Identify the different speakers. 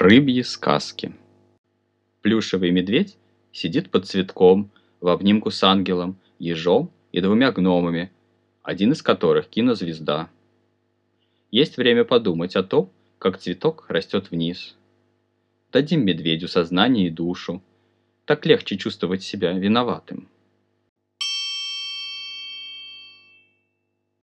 Speaker 1: Рыбьи сказки. Плюшевый медведь сидит под цветком в обнимку с ангелом, ежом и двумя гномами, один из которых кинозвезда. Есть время подумать о том, как цветок растет вниз. Дадим медведю сознание и душу, так легче чувствовать себя виноватым.